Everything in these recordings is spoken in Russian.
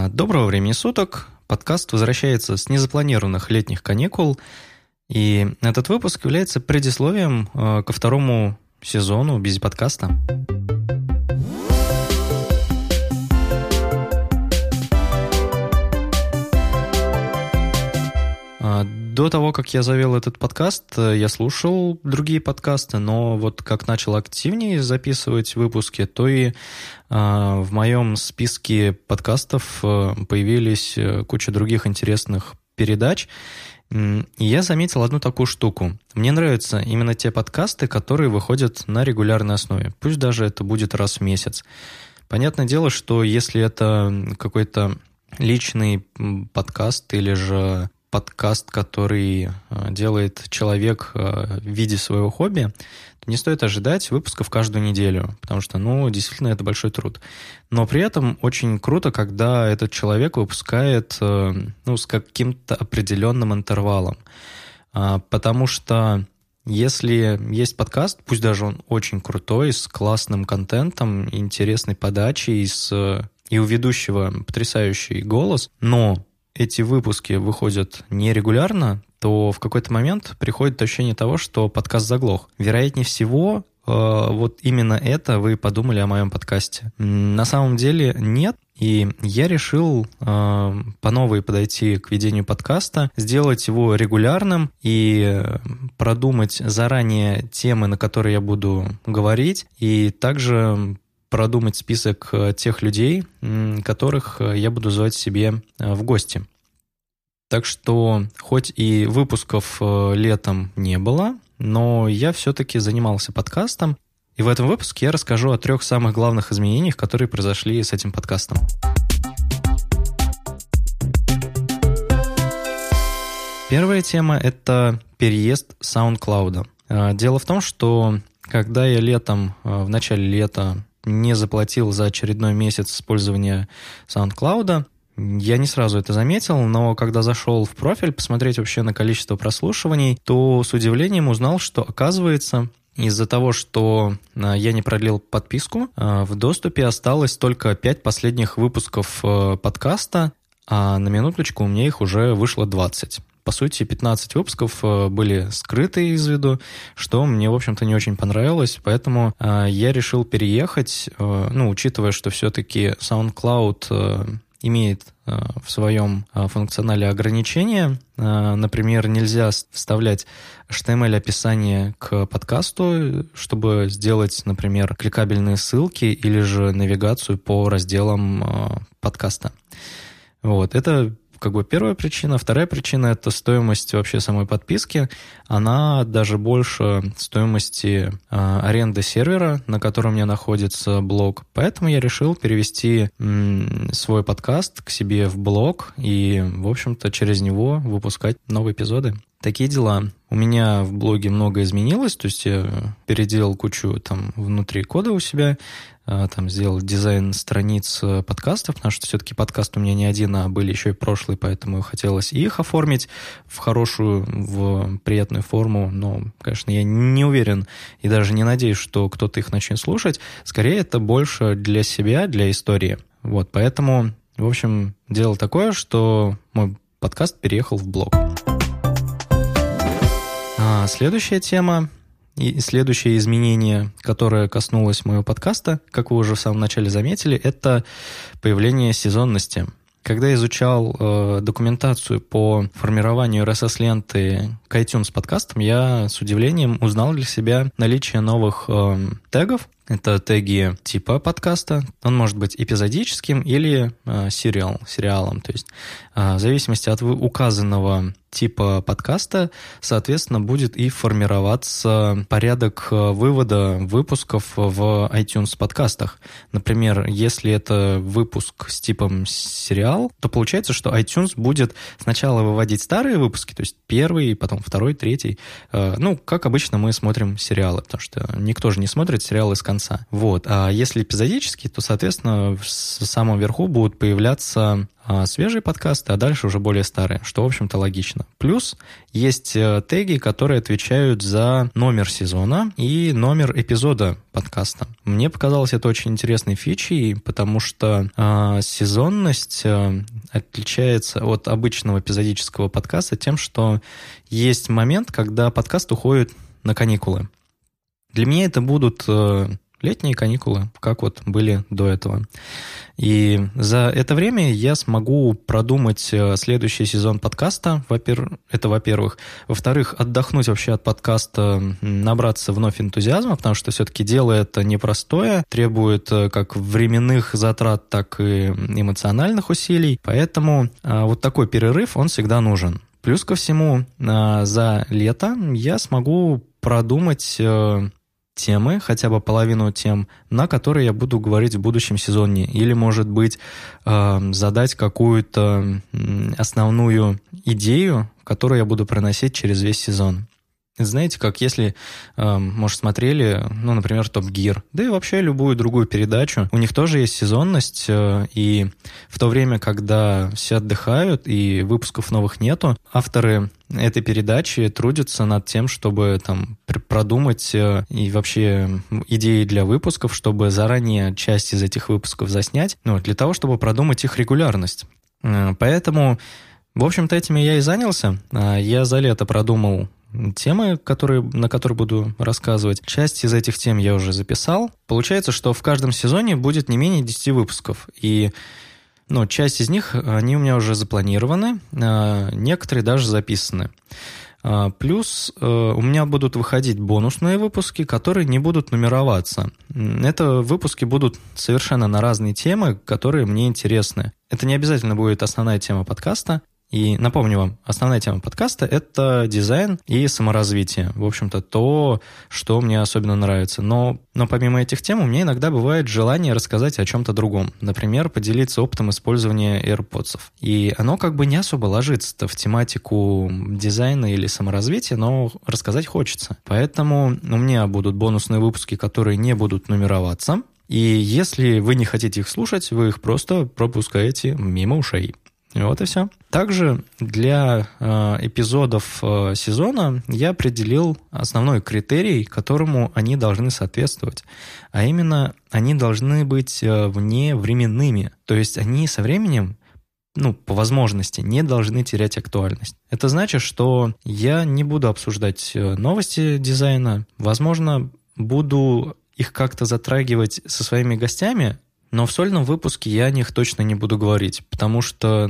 Доброго времени суток. Подкаст возвращается с незапланированных летних каникул. И этот выпуск является предисловием ко второму сезону Бизи-подкаста. До того, как я завел этот подкаст, я слушал другие подкасты, но вот как начал активнее записывать выпуски, то и в моем списке подкастов появились куча других интересных передач. И я заметил одну такую штуку. Мне нравятся именно те подкасты, которые выходят на регулярной основе. Пусть даже это будет раз в месяц. Понятное дело, что если это какой-то личный подкаст или же подкаст, который делает человек в виде своего хобби, то не стоит ожидать выпусков каждую неделю, потому что, действительно, это большой труд. Но при этом очень круто, когда этот человек выпускает, с каким-то определенным интервалом. Потому что если есть подкаст, пусть даже он очень крутой, с классным контентом, интересной подачей, и у ведущего потрясающий голос, но эти выпуски выходят нерегулярно, то в какой-то момент приходит ощущение того, что подкаст заглох. Вероятнее всего, вот именно это вы подумали о моем подкасте. На самом деле нет, и я решил по новой подойти к ведению подкаста, сделать его регулярным и продумать заранее темы, на которые я буду говорить, и также продумать список тех людей, которых я буду звать себе в гости. Так что, хоть и выпусков летом не было, но я все-таки занимался подкастом, и в этом выпуске я расскажу о 3 самых главных изменениях, которые произошли с этим подкастом. Первая тема – это переезд SoundCloud. Дело в том, что когда я в начале лета не заплатил за очередной месяц использования SoundCloud. Я не сразу это заметил, но когда зашел в профиль посмотреть вообще на количество прослушиваний, то с удивлением узнал, что, оказывается, из-за того, что я не продлил подписку, в доступе осталось только 5 последних выпусков подкаста, а на минуточку у меня их уже вышло 20. По сути, 15 выпусков были скрыты из виду, что мне, в общем-то, не очень понравилось, поэтому я решил переехать, учитывая, что все-таки SoundCloud имеет в своем функционале ограничения. Например, нельзя вставлять HTML-описание к подкасту, чтобы сделать, например, кликабельные ссылки или же навигацию по разделам подкаста. Вот, это первая причина. Вторая причина – это стоимость вообще самой подписки. Она даже больше стоимости аренды сервера, на котором у меня находится блог. Поэтому я решил перевести свой подкаст к себе в блог и, в общем-то, через него выпускать новые эпизоды. Такие дела. У меня в блоге много изменилось, то есть я переделал кучу внутри кода у себя, сделал дизайн страниц подкастов, потому что все-таки подкаст у меня не один, а были еще и прошлые, поэтому хотелось их оформить в хорошую, в приятную форму, но, конечно, я не уверен и даже не надеюсь, что кто-то их начнет слушать. Скорее, это больше для себя, для истории. Вот, поэтому, в общем, дело такое, что мой подкаст переехал в блог. Следующая тема и следующее изменение, которое коснулось моего подкаста, как вы уже в самом начале заметили, это появление сезонности. Когда я изучал документацию по формированию RSS-ленты к iTunes подкастам, я с удивлением узнал для себя наличие новых тегов. Это теги типа подкаста. Он может быть эпизодическим или сериалом. То есть в зависимости от указанного типа подкаста, соответственно, будет и формироваться порядок вывода выпусков в iTunes подкастах. Например, если это выпуск с типом сериал, то получается, что iTunes будет сначала выводить старые выпуски, то есть первый, потом второй, третий. Как обычно мы смотрим сериалы, потому что никто же не смотрит сериалы с конца. Вот. А если эпизодический, то, соответственно, в самом верху будут появляться свежие подкасты, а дальше уже более старые, что, в общем-то, логично. Плюс есть теги, которые отвечают за номер сезона и номер эпизода подкаста. Мне показалось это очень интересной фичей, потому что сезонность отличается от обычного эпизодического подкаста тем, что есть момент, когда подкаст уходит на каникулы. Для меня это будут летние каникулы, как вот были до этого. И за это время я смогу продумать следующий сезон подкаста, это во-первых. Во-вторых, отдохнуть вообще от подкаста, набраться вновь энтузиазма, потому что все-таки дело это непростое, требует как временных затрат, так и эмоциональных усилий. Поэтому вот такой перерыв, он всегда нужен. Плюс ко всему, за лето я смогу продумать темы, хотя бы половину тем, на которые я буду говорить в будущем сезоне. Или, может быть, задать какую-то основную идею, которую я буду проносить через весь сезон. Знаете, как если, может, смотрели, например, Top Gear, да и вообще любую другую передачу, у них тоже есть сезонность, и в то время, когда все отдыхают и выпусков новых нету, авторы этой передачи трудятся над тем, чтобы там продумать и вообще идеи для выпусков, чтобы заранее часть из этих выпусков заснять, для того, чтобы продумать их регулярность. Поэтому, в общем-то, этим я и занялся. Я за лето продумал темы, на которые буду рассказывать. Часть из этих тем я уже записал. Получается, что в каждом сезоне будет не менее 10 выпусков. И часть из них, они у меня уже запланированы, некоторые даже записаны. Плюс у меня будут выходить бонусные выпуски, которые не будут нумероваться. Это выпуски будут совершенно на разные темы, которые мне интересны. Это не обязательно будет основная тема подкаста. И напомню вам, основная тема подкаста – это дизайн и саморазвитие. В общем-то, то, что мне особенно нравится. Но помимо этих тем, у меня иногда бывает желание рассказать о чем-то другом. Например, поделиться опытом использования AirPods. И оно как бы не особо ложится в тематику дизайна или саморазвития, но рассказать хочется. Поэтому у меня будут бонусные выпуски, которые не будут нумероваться. И если вы не хотите их слушать, вы их просто пропускаете мимо ушей. Вот и все. Также для эпизодов сезона я определил основной критерий, которому они должны соответствовать. А именно, они должны быть вневременными. То есть они со временем, по возможности, не должны терять актуальность. Это значит, что я не буду обсуждать новости дизайна. Возможно, буду их как-то затрагивать со своими гостями, но в сольном выпуске я о них точно не буду говорить, потому что,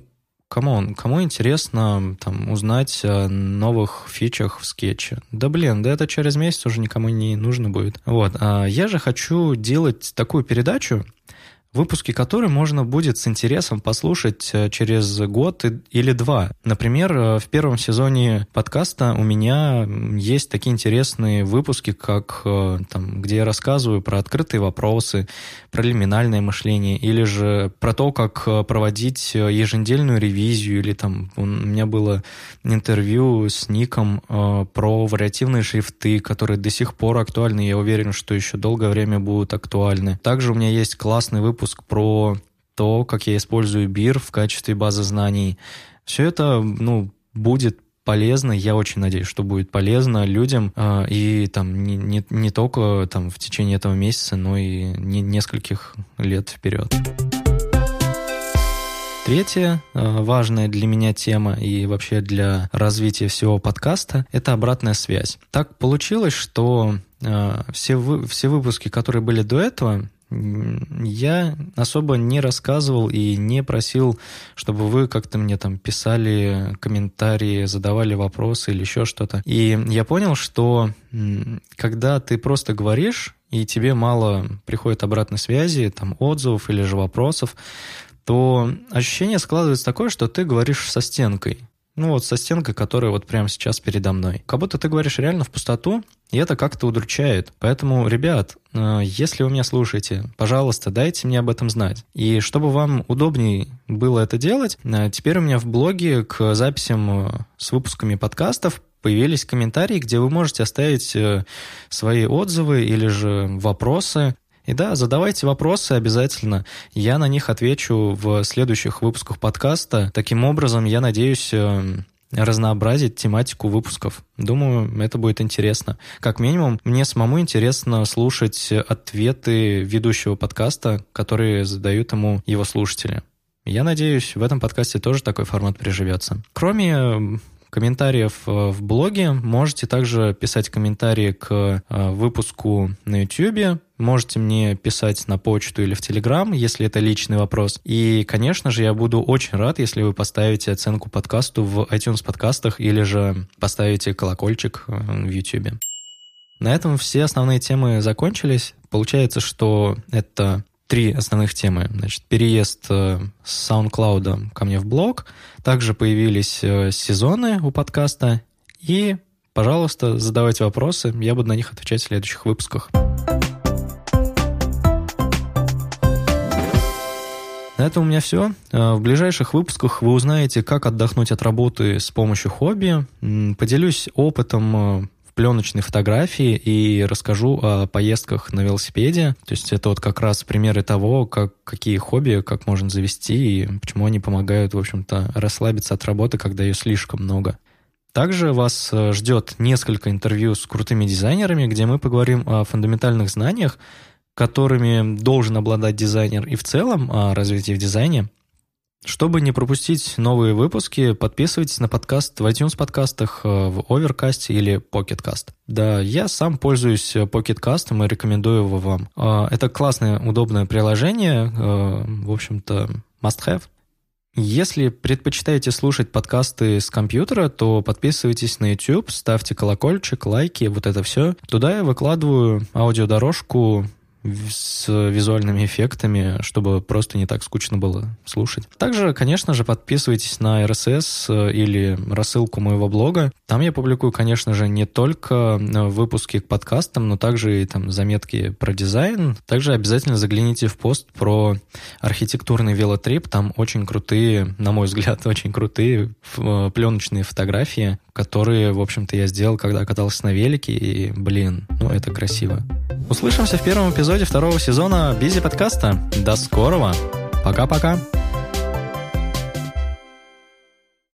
кому интересно узнать о новых фичах в скетче? Да это через месяц уже никому не нужно будет. Я же хочу делать такую передачу, выпуски которой можно будет с интересом послушать через год или два. Например, в первом сезоне подкаста у меня есть такие интересные выпуски, как где я рассказываю про открытые вопросы, про лиминальное мышление, или же про то, как проводить еженедельную ревизию, или у меня было интервью с Ником про вариативные шрифты, которые до сих пор актуальны, я уверен, что еще долгое время будут актуальны. Также у меня есть классный выпуск про то, как я использую BIR в качестве базы знаний. Все это, будет полезно, я очень надеюсь, что будет полезно людям, и не только в течение этого месяца, но и нескольких лет вперед. Третья важная для меня тема и вообще для развития всего подкаста – это обратная связь. Так получилось, что все выпуски, которые были до этого, я особо не рассказывал и не просил, чтобы вы как-то мне писали комментарии, задавали вопросы или еще что-то. И я понял, что когда ты просто говоришь, и тебе мало приходит обратной связи, отзывов или же вопросов, то ощущение складывается такое, что ты говоришь со стенкой. Со стенкой, которая прямо сейчас передо мной. Как будто ты говоришь реально в пустоту, и это как-то удручает. Поэтому, ребят, если вы меня слушаете, пожалуйста, дайте мне об этом знать. И чтобы вам удобнее было это делать, теперь у меня в блоге к записям с выпусками подкастов появились комментарии, где вы можете оставить свои отзывы или же вопросы. И да, задавайте вопросы обязательно. Я на них отвечу в следующих выпусках подкаста. Таким образом, я надеюсь разнообразить тематику выпусков. Думаю, это будет интересно. Как минимум, мне самому интересно слушать ответы ведущего подкаста, которые задают ему его слушатели. Я надеюсь, в этом подкасте тоже такой формат приживется. Кроме комментариев в блоге, можете также писать комментарии к выпуску на YouTube. Можете мне писать на почту или в Telegram, если это личный вопрос. И, конечно же, я буду очень рад, если вы поставите оценку подкасту в iTunes подкастах или же поставите колокольчик в YouTube. На этом все основные темы закончились. Получается, что это 3 основных темы. Значит, переезд с SoundCloud ко мне в блог. Также появились сезоны у подкаста. И, пожалуйста, задавайте вопросы. Я буду на них отвечать в следующих выпусках. На этом у меня все. В ближайших выпусках вы узнаете, как отдохнуть от работы с помощью хобби. Поделюсь опытом пленочной фотографии и расскажу о поездках на велосипеде. То есть это вот как раз примеры того, какие хобби, как можно завести и почему они помогают, в общем-то, расслабиться от работы, когда ее слишком много. Также вас ждет несколько интервью с крутыми дизайнерами, где мы поговорим о фундаментальных знаниях, которыми должен обладать дизайнер и в целом о развитии в дизайне. Чтобы не пропустить новые выпуски, подписывайтесь на подкаст в iTunes подкастах, в Overcast или Pocket Cast. Да, я сам пользуюсь Pocket Cast и рекомендую его вам. Это классное, удобное приложение, в общем-то, must have. Если предпочитаете слушать подкасты с компьютера, то подписывайтесь на YouTube, ставьте колокольчик, лайки, вот это все. Туда я выкладываю аудиодорожку с визуальными эффектами, чтобы просто не так скучно было слушать. Также, конечно же, подписывайтесь на RSS или рассылку моего блога. Там я публикую, конечно же, не только выпуски к подкастам, но также и там заметки про дизайн. Также обязательно загляните в пост про архитектурный велотрип. Там очень крутые, на мой взгляд, очень крутые пленочные фотографии, которые, в общем-то, я сделал, когда катался на велике, и, это красиво. Услышимся в первом эпизоде 2-го сезона Бизи подкаста. До скорого. Пока-пока.